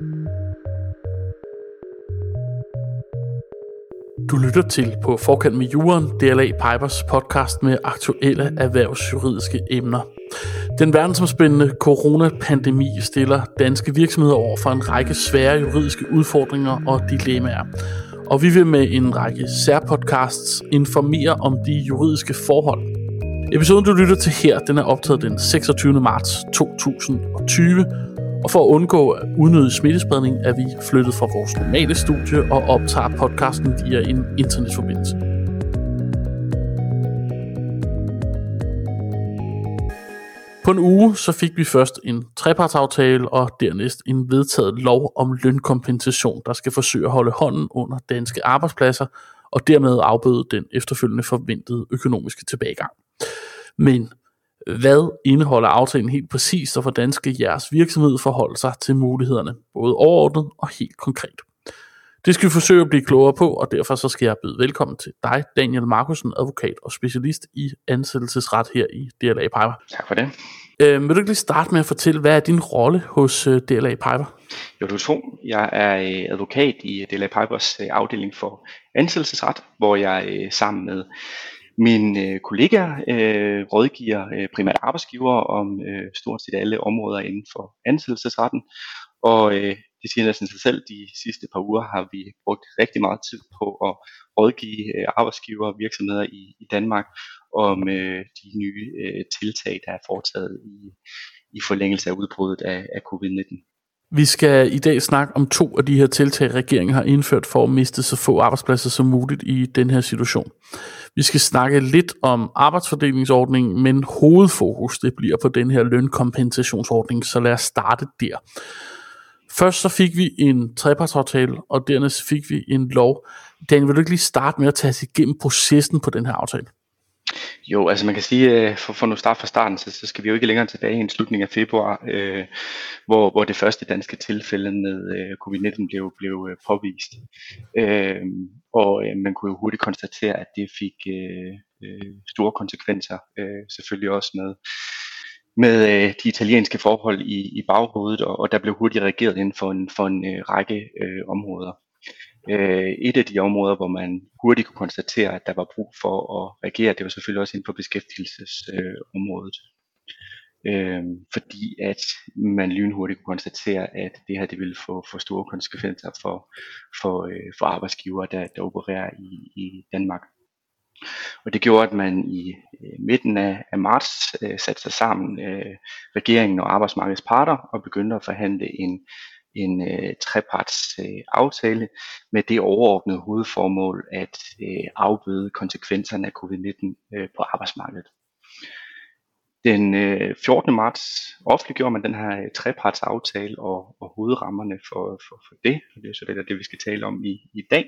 Du lytter til På Forkant med Juraen, DLA Pipers podcast med aktuelle erhvervsjuridiske emner. Den verdensomspændende coronapandemi stiller danske virksomheder over for en række svære juridiske udfordringer og dilemmaer. Og vi vil med en række særpodcasts informere om de juridiske forhold. Episoden du lytter til her, den er optaget den 26. marts 2020. Og for at undgå unødig smittespredning er vi flyttet fra vores normale studie og optager podcasten via en internetforbindelse. På en uge så fik vi først en trepartsaftale og dernæst en vedtaget lov om lønkompensation, der skal forsøge at holde hånden under danske arbejdspladser og dermed afbøde den efterfølgende forventede økonomiske tilbagegang. Men hvad indeholder aftalen helt præcist, og hvordan skal jeres virksomhed forholde sig til mulighederne, både overordnet og helt konkret? Det skal vi forsøge at blive klogere på, og derfor så skal jeg byde velkommen til dig, Daniel Markusen, advokat og specialist i ansættelsesret her i DLA Piper. Tak for det. Vil du ikke lige starte med at fortælle, hvad er din rolle hos DLA Piper? Jo, du tror, jeg er advokat i DLA Pipers afdeling for ansættelsesret, hvor jeg sammen med mine kollegaer rådgiver primært arbejdsgivere om stort set alle områder inden for ansættelsesretten. Og det siger næsten sig selv, de sidste par uger har vi brugt rigtig meget tid på at rådgive arbejdsgivere og virksomheder i Danmark om de nye tiltag, der er foretaget i forlængelse af udbruddet af covid-19. Vi skal i dag snakke om 2 af de her tiltag, regeringen har indført for at miste så få arbejdspladser som muligt i den her situation. Vi skal snakke lidt om arbejdsfordelingsordningen, men hovedfokus det bliver på den her lønkompensationsordning, så lad os starte der. Først så fik vi en trepartsaftale, og dernæst fik vi en lov. Daniel, vil du ikke lige starte med at tage os igennem processen på den her aftale? Jo, altså man kan sige, for nu starte fra starten, så skal vi jo ikke længere tilbage i slutningen af februar, hvor det første danske tilfælde med covid-19 blev påvist. Og man kunne jo hurtigt konstatere, at det fik store konsekvenser, selvfølgelig også med de italienske forhold i baghovedet, og der blev hurtigt reageret inden for en række områder. Et af de områder, hvor man hurtigt kunne konstatere, at der var brug for at reagere, det var selvfølgelig også inden for beskæftigelsesområdet. Fordi at man lynhurtigt kunne konstatere, at det her det ville få store konsekvenser for arbejdsgivere, der opererer i Danmark. Og det gjorde, at man i midten af marts satte sig sammen, regeringen og arbejdsmarkedets parter, og begyndte at forhandle en treparts aftale med det overordnede hovedformål at afbøde konsekvenserne af covid-19 på arbejdsmarkedet. Den 14. marts offentliggjorde man den her treparts aftale og hovedrammerne for det, og det er så det vi skal tale om i dag.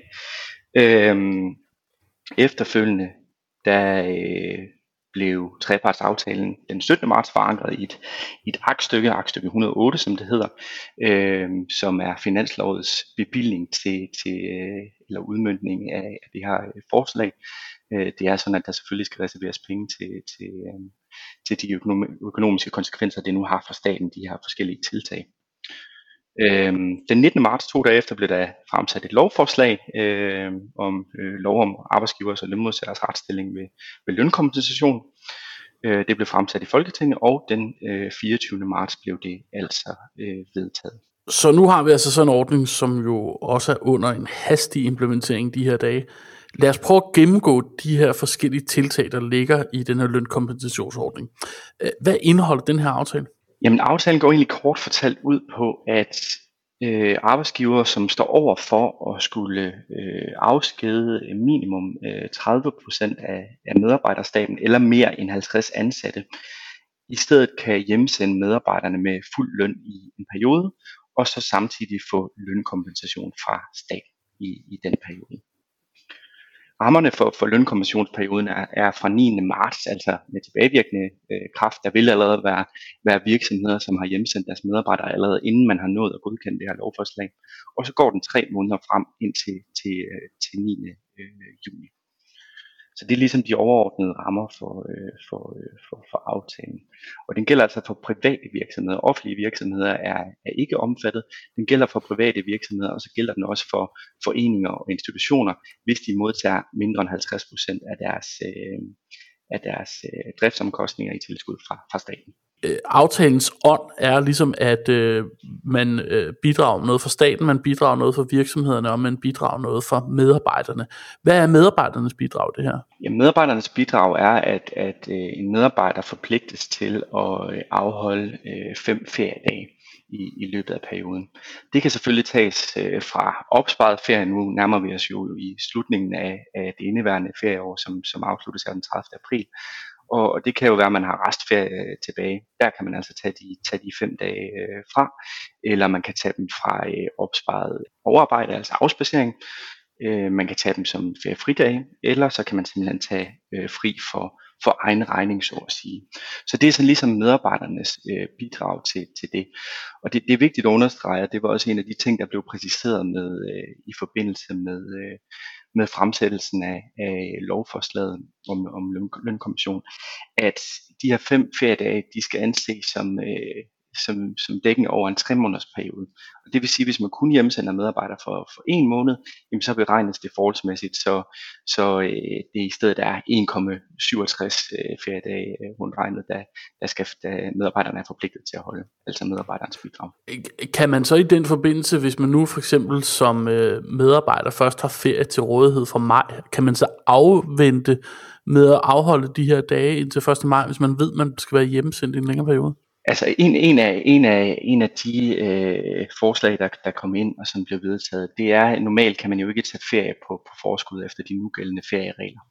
Efterfølgende der blev trepartsaftalen den 17. marts forankret i et aktstykke 108, som det hedder, som er finanslovets bevilling til eller udmøntning af det her forslag. Det er sådan, at der selvfølgelig skal reserveres penge til de økonomiske konsekvenser, det nu har for staten, de her forskellige tiltag. Den 19. marts, 2 dage efter, blev der fremsat et lovforslag om lov om arbejdsgivers og lønmodtagers retsstilling ved lønkompensation. Det blev fremsat i Folketinget, og den 24. marts blev det altså vedtaget. Så nu har vi altså sådan en ordning, som jo også er under en hastig implementering de her dage. Lad os prøve at gennemgå de her forskellige tiltag, der ligger i den her lønkompensationsordning. Hvad indeholder den her aftale? Jamen aftalen går egentlig kort fortalt ud på, at arbejdsgivere, som står over for at skulle afskede minimum 30% af medarbejderstaben eller mere end 50 ansatte, i stedet kan hjemsende medarbejderne med fuld løn i en periode, og så samtidig få lønkompensation fra staten i den periode. Rammerne for lønkompensationsperioden er fra 9. marts, altså med tilbagevirkende kraft. Der vil allerede være virksomheder, som har hjemsendt deres medarbejdere allerede inden man har nået at godkende det her lovforslag. Og så går den 3 måneder frem indtil til 9. juni. Så det er ligesom de overordnede rammer for aftalen. Og den gælder altså for private virksomheder. Offentlige virksomheder er ikke omfattet. Den gælder for private virksomheder, og så gælder den også for foreninger og institutioner, hvis de modtager mindre end 50% af deres driftsomkostninger i tilskud fra staten. Aftalens ånd er ligesom, at man bidrager noget for staten, man bidrager noget for virksomhederne, og man bidrager noget for medarbejderne. Hvad er medarbejdernes bidrag det her? Ja, medarbejdernes bidrag er, at en medarbejder forpligtes til at afholde 5 feriedage i løbet af perioden. Det kan selvfølgelig tages fra opsparet ferie. Nu nærmer vi os jo i slutningen af det indeværende ferieår, som afsluttes her den 30. april. Og det kan jo være, at man har restferie tilbage. Der kan man altså tage de 5 dage fra, eller man kan tage dem fra opsparet overarbejde, altså afspacering. Man kan tage dem som feriefridage, eller så kan man simpelthen tage fri for egen regning, så at sige. Så det er sådan ligesom medarbejdernes bidrag til det. Og det er vigtigt at understrege, at det var også en af de ting, der blev præciseret i forbindelse med fremsættelsen af lovforslaget om lønkommission, at de her 5 feriedage, de skal anses som dækkende over en 3 måneders periode. Og det vil sige, at hvis man kun hjemsender medarbejdere for 1 måned, jamen så beregnes det forholdsmæssigt, så det i stedet er 1,67 feriedage rundt regnet, da medarbejderne er forpligtet til at holde, altså medarbejderens bidrag. Kan man så i den forbindelse, hvis man nu for eksempel som medarbejder først har ferie til rådighed fra maj, kan man så afvente med at afholde de her dage indtil 1. maj, hvis man ved, at man skal være hjemsendt i en længere periode? Altså en af de forslag, der kom ind og som blev vedtaget, det er, normalt kan man jo ikke tage ferie på forskud efter de nugældende ferieregler.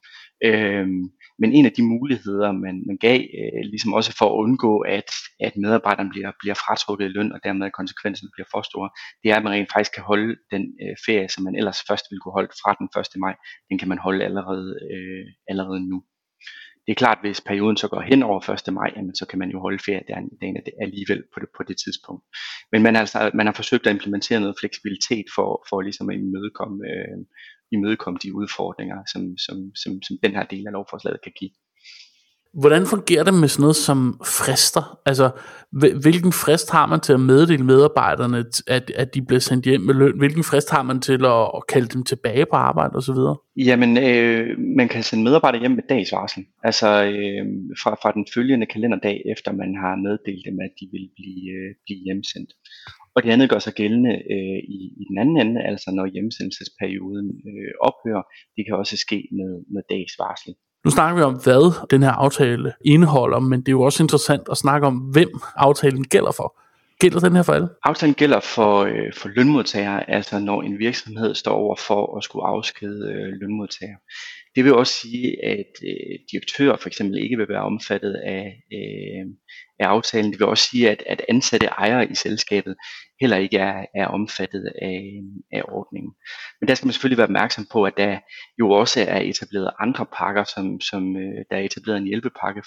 Men en af de muligheder, man gav, ligesom også for at undgå, at medarbejderen bliver fratrukket i løn, og dermed konsekvenserne bliver for store, det er, at man rent faktisk kan holde den ferie, som man ellers først ville kunne holde fra den 1. maj, den kan man holde allerede nu. Det er klart, at hvis perioden så går hen over 1. maj, jamen, så kan man jo holde ferie dagen alligevel på det tidspunkt. Men man har forsøgt at implementere noget fleksibilitet for ligesom at imødekomme de udfordringer, som den her del af lovforslaget kan give. Hvordan fungerer det med sådan noget som frister? Altså, hvilken frist har man til at meddele medarbejderne, at de bliver sendt hjem med løn? Hvilken frist har man til at kalde dem tilbage på arbejde osv.? Jamen, man kan sende medarbejdere hjem med dags varsel. Altså fra den følgende kalenderdag, efter man har meddelt dem, at de vil blive hjemsendt. Og det andet gør sig gældende i den anden ende, altså når hjemsendelsesperioden ophører. Det kan også ske med dags varsel. Nu snakker vi om, hvad den her aftale indeholder, men det er jo også interessant at snakke om, hvem aftalen gælder for. Gælder den her for alle? Aftalen gælder for lønmodtagere, altså når en virksomhed står over for at skulle afskede lønmodtagere. Det vil også sige, at direktører for eksempel ikke vil være omfattet af aftalen. Det vil også sige, at ansatte ejere i selskabet heller ikke er omfattet af ordningen. Men der skal man selvfølgelig være opmærksom på, at der jo også er etableret andre pakker, som der er etableret en hjælpepakke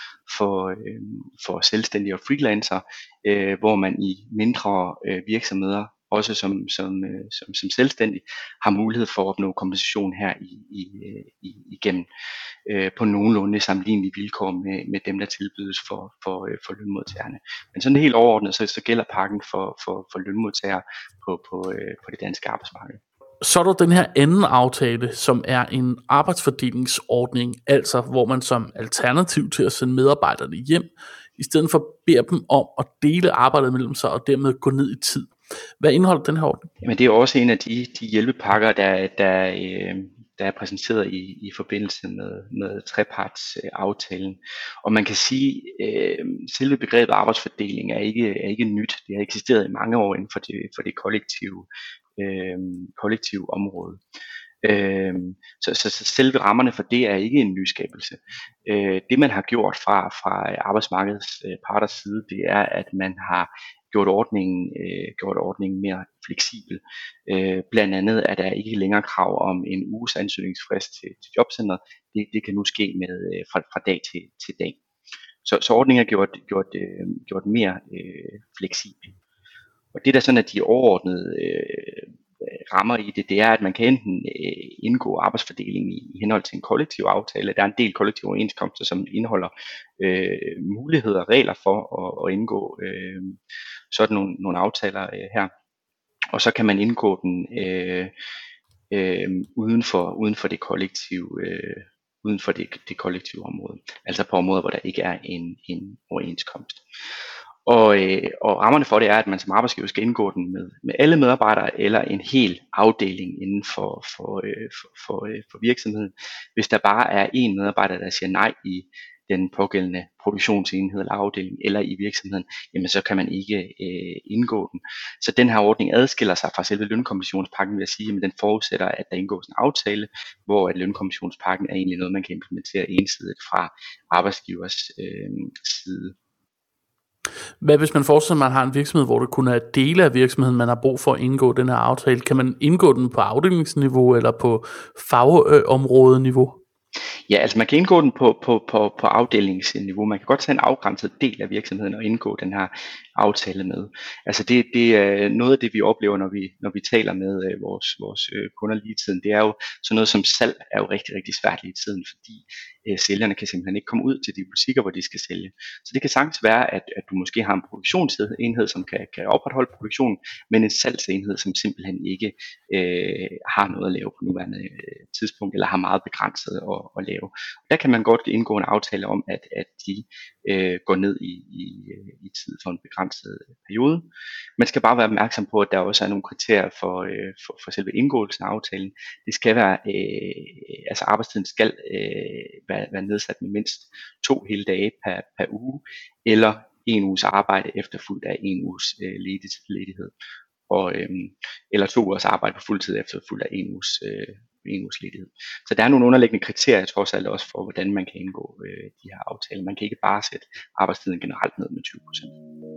for selvstændige og freelancer, hvor man i mindre virksomheder, også som selvstændig, har mulighed for at opnå kompensation her igennem på nogenlunde sammenlignelige vilkår med dem, der tilbydes for lønmodtagerne. Men sådan helt overordnet, så gælder pakken for lønmodtagere på det danske arbejdsmarked. Så er der den her anden aftale, som er en arbejdsfordelingsordning, altså hvor man som alternativ til at sende medarbejderne hjem, i stedet for beder dem om at dele arbejdet mellem sig og dermed gå ned i tid. Hvad indeholder den her ordning? Jamen det er også en af de hjælpepakker, der er præsenteret i forbindelse med trepartsaftalen. Og man kan sige, at selve begrebet arbejdsfordeling er ikke nyt. Det har eksisteret i mange år inden for det kollektive område. Så selve rammerne for det er ikke en nyskabelse. Det man har gjort fra arbejdsmarkedets parters side, det er, at man har gjort ordningen mere fleksibel. Blandt andet er der ikke længere krav om en uges ansøgningsfrist til jobcentret. Det kan nu ske fra dag til dag. Så ordningen er gjort mere fleksibel. Og det der sådan er de overordnede rammer i det, det er, at man kan enten indgå arbejdsfordeling i henhold til en kollektiv aftale. Der er en del kollektive overenskomster, som indeholder muligheder og regler for at indgå sådan nogle aftaler her. Og så kan man indgå den uden for det kollektive uden for det kollektive område, altså på områder, hvor der ikke er en overenskomst. Og rammerne for det er, at man som arbejdsgiver skal indgå den med alle medarbejdere eller en hel afdeling inden for virksomheden. Hvis der bare er én medarbejder, der siger nej i den pågældende produktionsenhed eller afdeling eller i virksomheden, jamen så kan man ikke indgå den. Så den her ordning adskiller sig fra selve lønkompensationspakken ved at sige, at den forudsætter, at der indgås en aftale, hvor at lønkompensationspakken er egentlig noget, man kan implementere ensidigt fra arbejdsgivers side. Hvad hvis man forestiller, at man har en virksomhed, hvor det kun er dele af virksomheden, man har brug for at indgå den her aftale? Kan man indgå den på afdelingsniveau eller på fagområdeniveau? Ja, altså man kan indgå den på afdelingsniveau. Man kan godt tage en afgrænset del af virksomheden og indgå den her aftale med. Altså det er noget af det, vi oplever, når vi taler med vores kunder lige i tiden. Det er jo sådan noget som salg er jo rigtig, rigtig svært lige i tiden, fordi sælgerne kan simpelthen ikke komme ud til de butikker, hvor de skal sælge. Så det kan sagtens være, at du måske har en produktionsenhed, som kan opretholde produktionen, men en salgsenhed, som simpelthen ikke har noget at lave på nuværende tidspunkt, eller har meget begrænset at lave. Der kan man godt indgå en aftale om, at de går ned i tid for en begrænset periode. Man skal bare være opmærksom på, at der også er nogle kriterier for selve indgåelsen af aftalen. Det skal være, altså arbejdstiden skal være nedsat med mindst 2 hele dage per uge, eller 1 uges arbejde efterfulgt af 1 uges ledighed. Eller 2 ugers arbejde på fuldtid efterfulgt af 1 uges ledighed. Så der er nogle underliggende kriterier trods alt også for, hvordan man kan indgå de her aftaler. Man kan ikke bare sætte arbejdstiden generelt ned med 20%.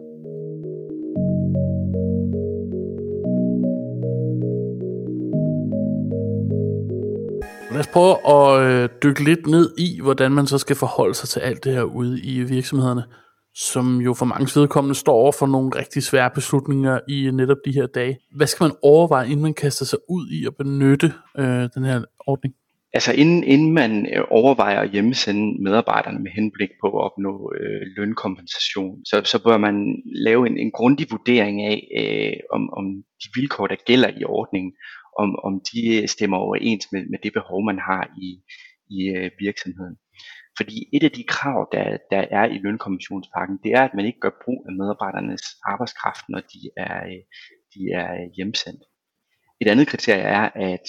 Lad os prøve at dykke lidt ned i, hvordan man så skal forholde sig til alt det her ude i virksomhederne, som jo for mange vedkommende står over for nogle rigtig svære beslutninger i netop de her dage. Hvad skal man overveje, inden man kaster sig ud i at benytte den her ordning? Altså inden man overvejer at hjemmesende medarbejderne med henblik på at opnå lønkompensation, så bør man lave en grundig vurdering af, om de vilkår, der gælder i ordningen, om de stemmer overens med det behov, man har i virksomheden. Fordi et af de krav, der er i lønkompensationspakken, det er, at man ikke gør brug af medarbejdernes arbejdskraft, når de er hjemsendt. Et andet kriterie er,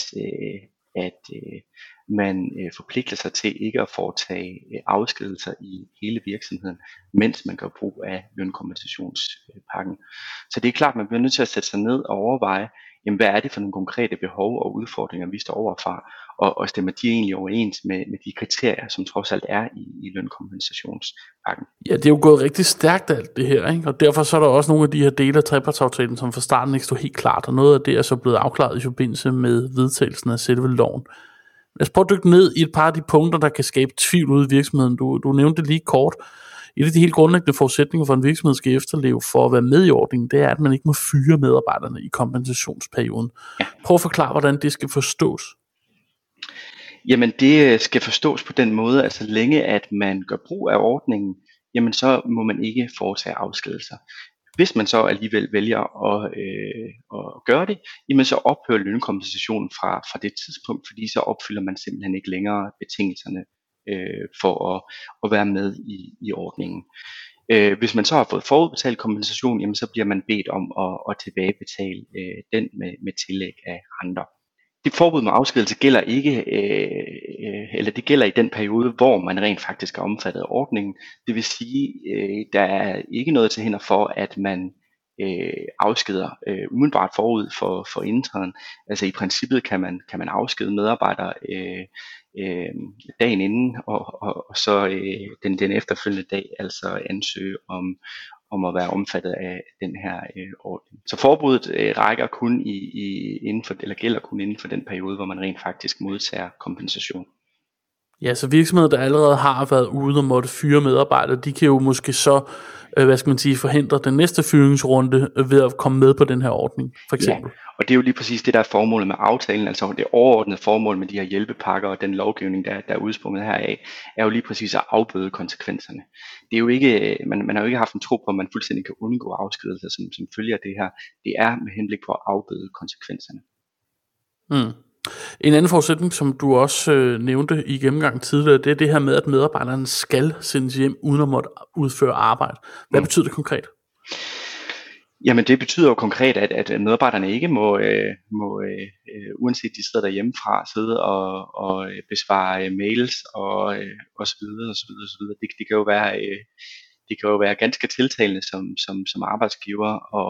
at man forpligter sig til ikke at foretage afskedigelser i hele virksomheden, mens man gør brug af lønkompensationspakken. Så det er klart, at man bliver nødt til at sætte sig ned og overveje, jamen, hvad er det for nogle konkrete behov og udfordringer, vi står overfor, og stemmer de egentlig overens med de kriterier, som trods alt er i lønkompensationspakken. Ja, det er jo gået rigtig stærkt alt det her, ikke? Og derfor så er der også nogle af de her dele af trepartsaftalen, som fra starten ikke stod helt klart, og noget af det er så blevet afklaret i forbindelse med vedtagelsen af selve loven. Lad os prøve at dykke ned i et par af de punkter, der kan skabe tvivl ude i virksomheden. Du nævnte det lige kort. Et af de helt grundlæggende forudsætninger for en virksomhed skal efterleve for at være med i ordningen, det er, at man ikke må fyre medarbejderne i kompensationsperioden. Ja. Prøv at forklare, hvordan det skal forstås. Jamen det skal forstås på den måde, at så længe at man gør brug af ordningen, jamen så må man ikke foretage afskedigelser. Hvis man så alligevel vælger at gøre det, jamen så ophører lønkompensationen fra det tidspunkt, fordi så opfylder man simpelthen ikke længere betingelserne for at være med i ordningen. Hvis man så har fået forudbetalt kompensation, jamen så bliver man bedt om at tilbagebetale den med tillæg af renter. Det forbud med afskedelse gælder ikke, eller det gælder i den periode, hvor man rent faktisk er omfattet af ordningen. Det vil sige, der er ikke noget til hinder for, at man afskeder umiddelbart forud for indtræden. Altså i princippet kan man afskede medarbejdere dagen inden, og så den efterfølgende dag altså ansøge om at være omfattet af den her ordning. Så forbuddet rækker kun gælder kun inden for den periode, hvor man rent faktisk modtager kompensation. Ja, så virksomheder, der allerede har været ude og måtte fyre medarbejdere, de kan jo måske så, forhindre den næste fyringsrunde ved at komme med på den her ordning, for Ja, eksempel. og det er jo lige præcis det, der er formålet med aftalen, altså det overordnede formål med de her hjælpepakker og den lovgivning, der er udsprunget heraf, er jo lige præcis at afbøde konsekvenserne. Det er jo ikke, man har jo ikke haft en tro på, at man fuldstændig kan undgå afskedigelser, som følger det her. Det er med henblik på at afbøde konsekvenserne. Mm. En anden forudsætning, som du også nævnte i gennemgangen tidligere, det er det her med, at medarbejderne skal sendes hjem uden at måtte udføre arbejde. Hvad betyder det konkret? Jamen det betyder jo konkret, at medarbejderne ikke må, uanset de sidder derhjemmefra, sidde og besvare mails og så videre og så videre og så videre. Det kan jo være ganske tiltalende som arbejdsgiver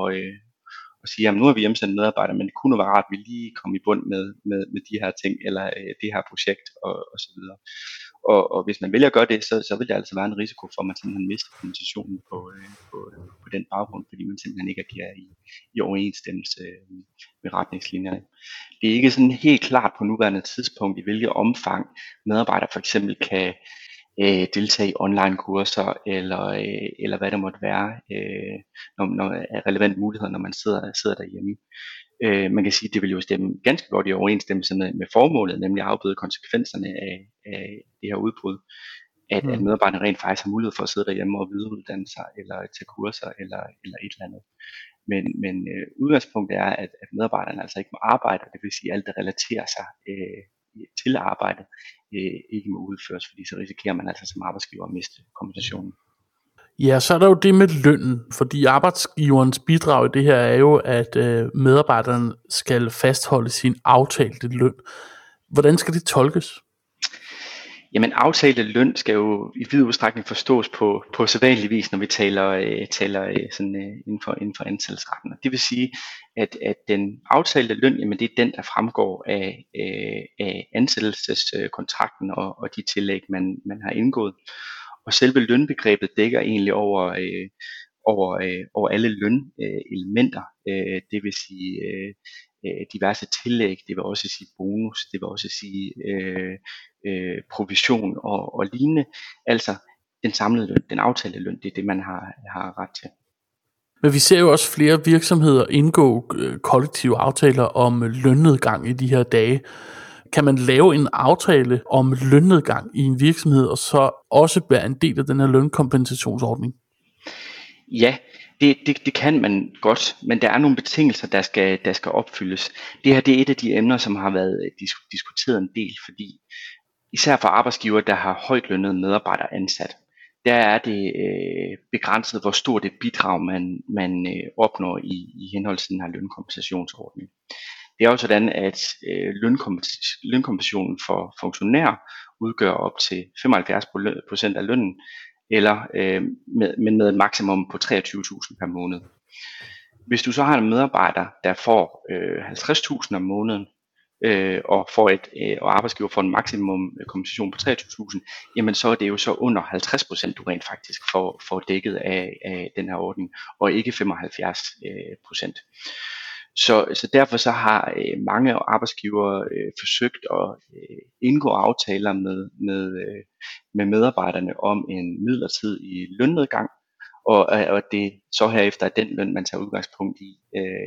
og sige, jamen nu har vi hjemsendt medarbejdere, men det kunne være rart, at vi lige kom i bund med de her ting, eller det her projekt og så videre. Og hvis man vælger at gøre det, så vil der altså være en risiko for, at man simpelthen mister kompensationen på den baggrund, fordi man simpelthen ikke agerer i overensstemmelse med retningslinjerne. Det er ikke sådan helt klart på nuværende tidspunkt, i hvilket omfang medarbejdere for eksempel kan deltage i online kurser, eller hvad der måtte være, når relevant muligheder, når man sidder derhjemme. Man kan sige, at det vil jo stemme ganske godt i overensstemmelse med formålet, nemlig at afbøde konsekvenserne af det her udbrud, at medarbejderne rent faktisk har mulighed for at sidde derhjemme og videreuddanne sig, eller tage kurser, eller et eller andet. Men udgangspunktet er, at medarbejderne altså ikke må arbejde, og det vil sige, at alt, der relaterer sig til arbejde, ikke må udføres, fordi så risikerer man altså som arbejdsgiver at miste kompensationen. Ja, så er der jo det med lønnen, fordi arbejdsgiverens bidrag i det her er jo, at medarbejderen skal fastholde sin aftalte løn. Hvordan skal det tolkes? Jamen aftalte løn skal jo i vid udstrækning forstås på sædvanlig vis, når vi taler sådan inden for ansættelsesretten. Det vil sige, at den aftalte løn, jamen det er den, der fremgår af ansættelseskontrakten og de tillæg, man har indgået. Og selve lønbegrebet dækker egentlig over alle lønelementer, det vil sige diverse tillæg, det vil også sige bonus, det vil også sige provision og lignende. Altså den samlede løn, den aftalte løn, det er det, man har ret til. Men vi ser jo også flere virksomheder indgå kollektive aftaler om lønnedgang i de her dage. Kan man lave en aftale om lønnedgang i en virksomhed, og så også være en del af den her lønkompensationsordning? Ja, det kan man godt, men der er nogle betingelser, der skal opfyldes. Det her det er et af de emner, som har været diskuteret en del, fordi især for arbejdsgiver, der har højt lønnede medarbejdere ansat, der er det begrænset, hvor stort et bidrag man opnår i henhold til den her lønkompensationsordning. Det er jo sådan, at lønkompensationen for funktionærer udgør op til 75% af lønnen, eller men med et maksimum på 23.000 per måned. Hvis du så har en medarbejder, der får 50.000 om måneden, og arbejdsgiver får en maksimum kompensation på 23.000, jamen så er det jo så under 50%, du rent faktisk får dækket af den her ordning, og ikke 75%. Så derfor så har mange arbejdsgivere forsøgt at indgå aftaler med medarbejderne om en midlertidig lønnedgang, og det så herefter er den løn, man tager udgangspunkt i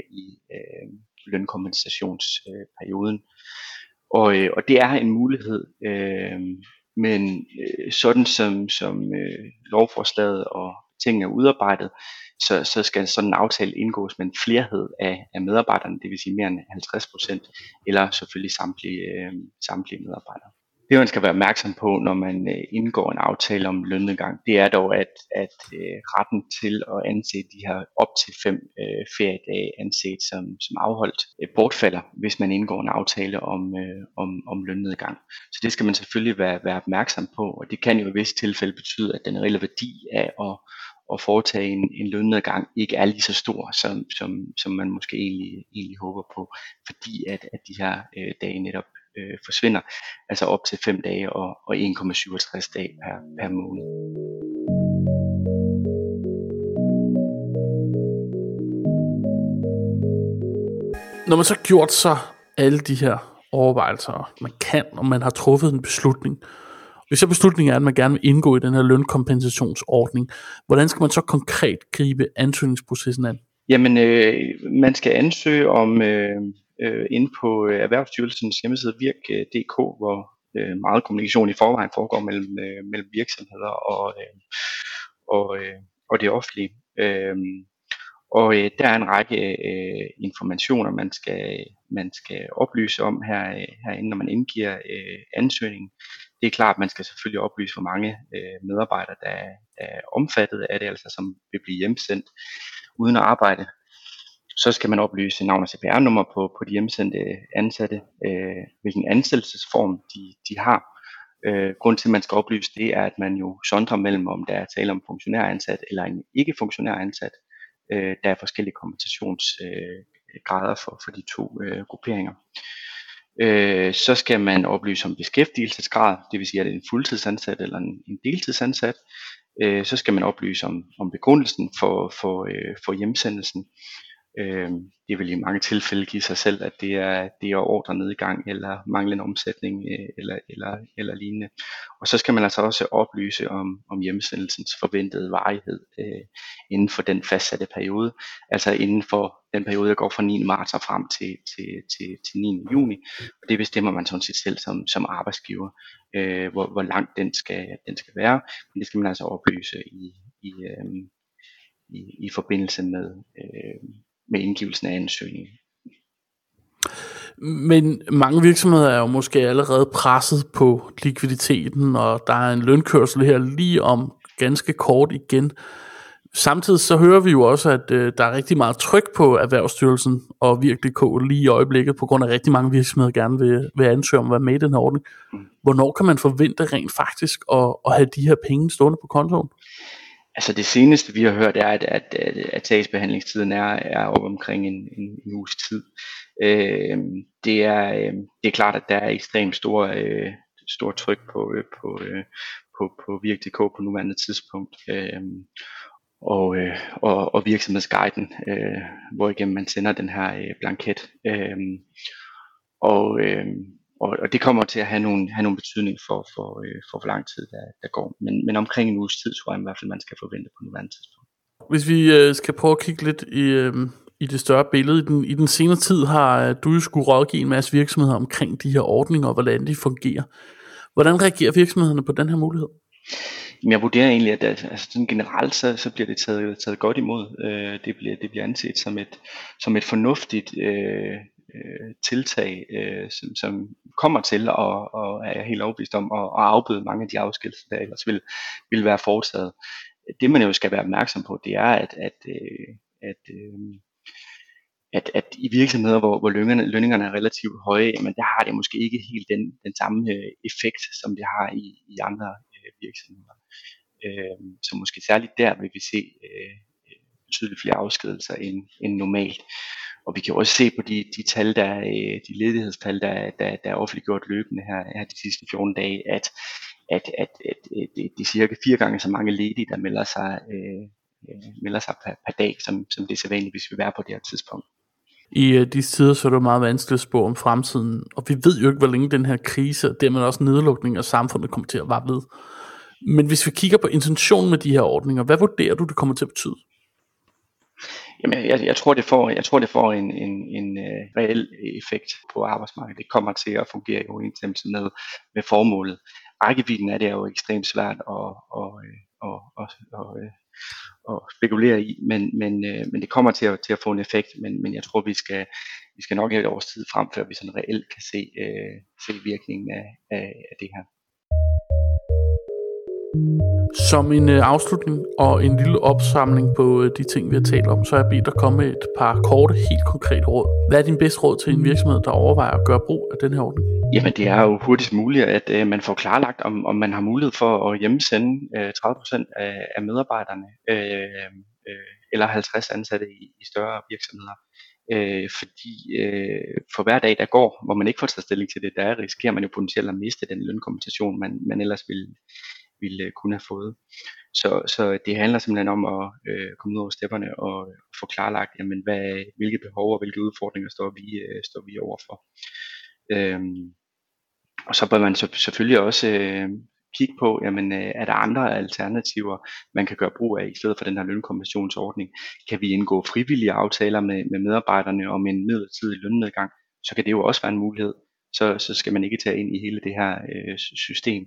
lønkompensationsperioden. Og det er en mulighed, men sådan som lovforslaget og tingene er udarbejdet, så skal sådan en aftale indgås med en flerhed af medarbejderne, det vil sige mere end 50%, eller selvfølgelig samtlige medarbejdere. Det man skal være opmærksom på, når man indgår en aftale om lønnedgang, det er dog, at retten til at anse de her op til 5 feriedage anset som afholdt bortfalder, hvis man indgår en aftale om lønnedgang. Så det skal man selvfølgelig være opmærksom på, og det kan jo i visse tilfælde betyde, at den reelle værdi af at foretage en lønnedgang ikke er lige så stor, som man måske egentlig håber på, fordi at de her dage netop forsvinder, altså op til 5 dage og 1,67 dage per måned. Når man så har gjort sig alle de her overvejelser, man kan, og man har truffet en beslutning Hvis så beslutningen er, at man gerne vil indgå i den her lønkompensationsordning, hvordan skal man så konkret gribe ansøgningsprocessen an? Jamen, man skal ansøge om inde på Erhvervsstyrelsens hjemmeside virk.dk, hvor meget kommunikation i forvejen foregår mellem virksomheder og det offentlige. Der er en række informationer, man skal oplyse om herinde, når man indgiver ansøgningen. Det er klart, at man skal selvfølgelig oplyse, hvor mange medarbejdere, der er omfattet af det, altså som vil blive hjemsendt uden at arbejde. Så skal man oplyse navn og CPR-nummer på de hjemsendte ansatte, hvilken ansættelsesform de har. Grunden til, at man skal oplyse det, er, at man jo sondrer mellem, om der er tale om funktionæransat eller en ikke-funktionæransat. Der er forskellige kompensationsgrader for de to grupperinger. Så skal man oplyse om beskæftigelsesgrad, det vil sige, at det er en fuldtidsansat eller en deltidsansat. Så skal man oplyse om begrundelsen for hjemsendelsen. Det vil i mange tilfælde give sig selv, at det er ordrenedgang eller manglende omsætning eller lignende. Og så skal man altså også oplyse om hjemsendelsens forventede varighed inden for den fastsatte periode, altså inden for den periode, der går fra 9. marts og frem til 9. juni. Og det bestemmer man sådan set selv som arbejdsgiver, hvor langt den skal være. Men det skal man altså oplyse i forbindelse med indgivelsen af ansøgningen. Men mange virksomheder er jo måske allerede presset på likviditeten, og der er en lønkørsel her lige om ganske kort igen. Samtidig så hører vi jo også, at der er rigtig meget tryk på Erhvervsstyrelsen og Virk.dk lige i øjeblikket, på grund af rigtig mange virksomheder gerne vil ansøge om at være med i den her ordning. Hvornår kan man forvente rent faktisk at have de her penge stående på kontoen? Altså det seneste vi har hørt er, at sagsbehandlingstiden er omkring en uges tid. Det er klart, at der er ekstremt stor tryk på Virk.dk på nuværende tidspunkt. Og virksomhedsguiden, hvor igennem man sender den her blanket. Og det kommer til at have nogle betydning for hvor lang tid der går. Men omkring en uges tid, tror jeg i hvert fald, man skal forvente på nuværende tidspunkt. Hvis vi skal prøve at kigge lidt i det større billede. I den senere tid har du jo skulle rådgive en masse virksomheder omkring de her ordninger, og hvordan de fungerer. Hvordan reagerer virksomhederne på den her mulighed? Jeg vurderer egentlig, at altså sådan generelt så bliver det taget godt imod. Det bliver anset som et fornuftigt tiltag, som kommer til og er helt overbevist om at afbøde mange af de afskedigelser, der ellers vil være foretaget. Det man jo skal være opmærksom på, det er, at i virksomheder, hvor lønningerne er relativt høje, men der har det måske ikke helt den samme effekt, som det har i andre virksomheder. Så måske særligt der vil vi se betydeligt flere afskedigelser end normalt. Og vi kan også se på de tal, de ledighedstal, der er offentliggjort løbende her de sidste 14 dage, at det er cirka 4 gange så mange ledige, der melder sig per dag, som det er sædvanligvis vil være på det her tidspunkt. I disse tider så er det meget vanskeligt at spå om fremtiden, og vi ved jo ikke, hvor længe den her krise, og dermed også nedlukning af samfundet kommer til at vare ved. Men hvis vi kigger på intentionen med de her ordninger, hvad vurderer du, det kommer til at betyde? Jamen, jeg tror det får en reel effekt på arbejdsmarkedet. Det kommer til at fungere i overensstemmelse med formålet. Rækkevidden af det er jo ekstremt svært at spekulere i, men det kommer til at få en effekt. Men jeg tror, vi skal nok have et års tid frem, før vi sådan reelt kan se virkningen af det her. Som en afslutning og en lille opsamling på de ting, vi har talt om, så har jeg bedt dig komme med et par korte, helt konkrete råd. Hvad er din bedste råd til en virksomhed, der overvejer at gøre brug af den her ordning? Jamen det er jo hurtigst muligt, at man får klarlagt, om man har mulighed for at hjemmesende 30% af medarbejderne eller 50 ansatte i større virksomheder. Fordi for hver dag der går, hvor man ikke får taget stilling til det, der risikerer man jo potentielt at miste den lønkompensation, man ellers ville kunne have fået. Så det handler simpelthen om at komme ud over stepperne og få klarlagt, jamen hvilke behov og hvilke udfordringer står vi overfor. Og så bør man selvfølgelig også kigge på, jamen er der andre alternativer, man kan gøre brug af i stedet for den her lønkompensationsordning? Kan vi indgå frivillige aftaler med medarbejderne om en midlertidig lønnedgang? Så kan det jo også være en mulighed. Så skal man ikke tage ind i hele det her system.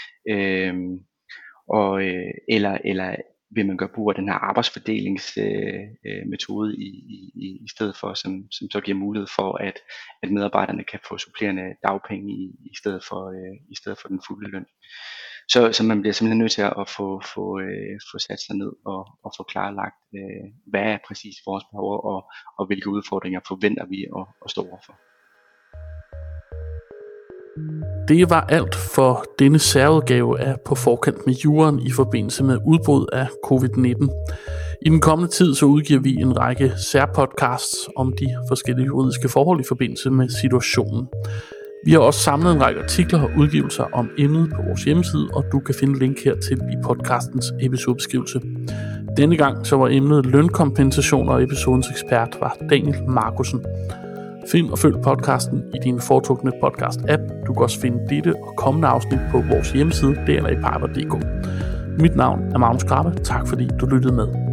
Eller vil man gøre brug af den her arbejdsfordelingsmetode i stedet for, som så giver mulighed for, at medarbejderne kan få supplerende dagpenge i stedet for den fulde løn. Så man bliver simpelthen nødt til at få sat sig ned og få klarlagt, hvad er præcis vores behov, og hvilke udfordringer forventer vi at stå overfor. Det var alt for denne særudgave af På Forkant med Juraen i forbindelse med udbrud af covid-19. I den kommende tid så udgiver vi en række særpodcasts om de forskellige juridiske forhold i forbindelse med situationen. Vi har også samlet en række artikler og udgivelser om emnet på vores hjemmeside, og du kan finde link hertil i podcastens episodebeskrivelse. Denne gang så var emnet lønkompensation, og episodens ekspert var Daniel Markussen. Find og følg podcasten i din foretrukne podcast-app. Du kan også finde dette og kommende afsnit på vores hjemmeside, dlapiper.dk. Mit navn er Magnus Krabbe. Tak fordi du lyttede med.